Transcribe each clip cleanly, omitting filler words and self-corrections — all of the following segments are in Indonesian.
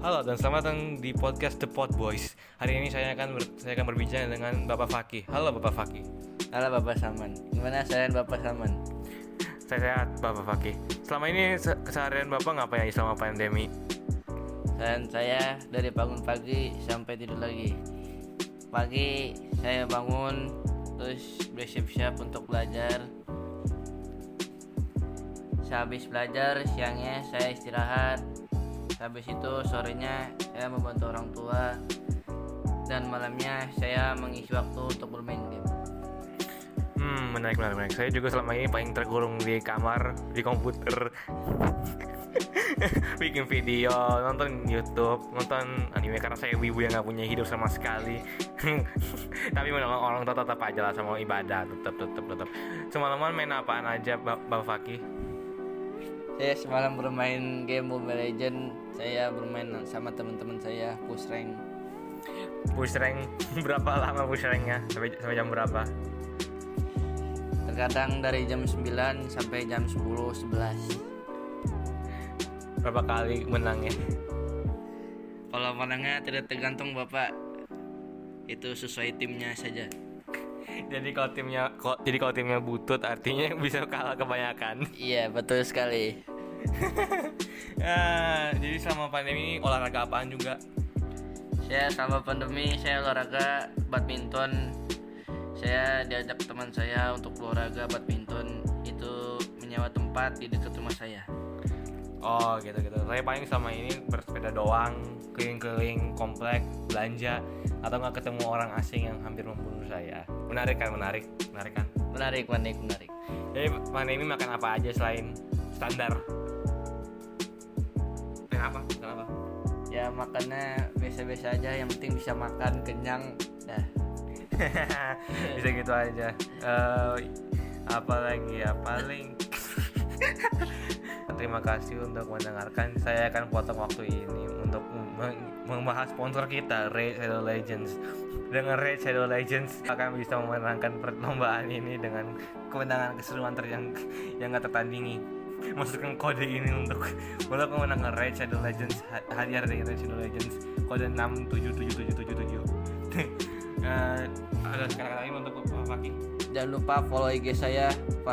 Halo dan selamat datang di podcast The Pod Boys. Hari ini saya akan berbicara dengan Bapak Fakih. Halo Bapak Fakih. Halo Bapak Saman. Gimana keadaan Bapak Saman? Saya sehat Bapak Fakih. Selama ini keseharian Bapak ngapain selama pandemi? Dan saya dari bangun pagi sampai tidur lagi. Pagi saya bangun, terus bersiap-siap untuk belajar. Sehabis belajar, siangnya saya istirahat. Habis itu sorenya saya membantu orang tua. Dan malamnya saya mengisi waktu untuk bermain game. Menarik. Saya juga selama ini paling terkurung di kamar, di komputer. Bikin video, nonton YouTube, nonton anime karena saya wibu yang gak punya hidup sama sekali. Tapi orang tua tetap aja lah sama ibadah, tetap. Semalaman main apaan aja Bapak Fakih? Saya semalam bermain game Mobile Legends. Saya bermain sama teman-teman saya push rank. Push rank berapa lama push ranknya? Sampai jam berapa? Terkadang dari jam 9 sampai jam 10-11. Berapa kali menangnya? Kalau menangnya tidak tergantung Bapak. Itu sesuai timnya saja. Jadi kalau timnya butut artinya bisa kalah kebanyakan. Iya, betul sekali. Jadi selama pandemi ini olahraga apaan juga? Saya selama pandemi saya olahraga badminton. Saya diajak teman saya untuk olahraga badminton. Itu menyewa tempat di dekat rumah saya. Oh gitu. Saya paling sama ini bersepeda doang, keliling-keliling komplek, belanja, atau nggak ketemu orang asing yang hampir membunuh saya. Menarik kan? Menarik. Jadi pandemi makan apa aja selain standar? Kenapa? Ya makannya biasa-biasa aja. Yang penting bisa makan kenyang. Dah. Bisa gitu aja. Apalagi ya paling. Terima kasih untuk mendengarkan. Saya akan potong waktu ini untuk membahas sponsor kita, Raid Shadow Legends. Dengan Raid Shadow Legends akan bisa memenangkan perlombaan ini dengan kemenangan keseruan yang gak tertandingi. Masukkan kode ini untuk memenangkan Raid Shadow Legends. Hadiah dari Raid Shadow Legends kode 677777. Ada kata-kata lain untuk Pak Fakih? Jangan lupa follow IG saya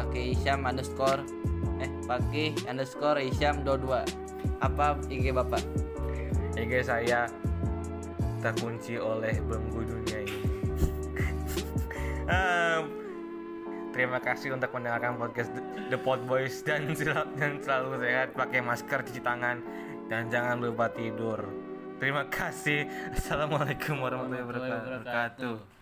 Fakih_Isyam22. Apa IG Bapak? IG saya terkunci oleh belenggu dunia ini. Terima kasih untuk mendengarkan podcast The Pod Boys dan selalu sehat, pakai masker, cuci tangan, dan jangan lupa tidur. Terima kasih. Assalamualaikum warahmatullahi wabarakatuh.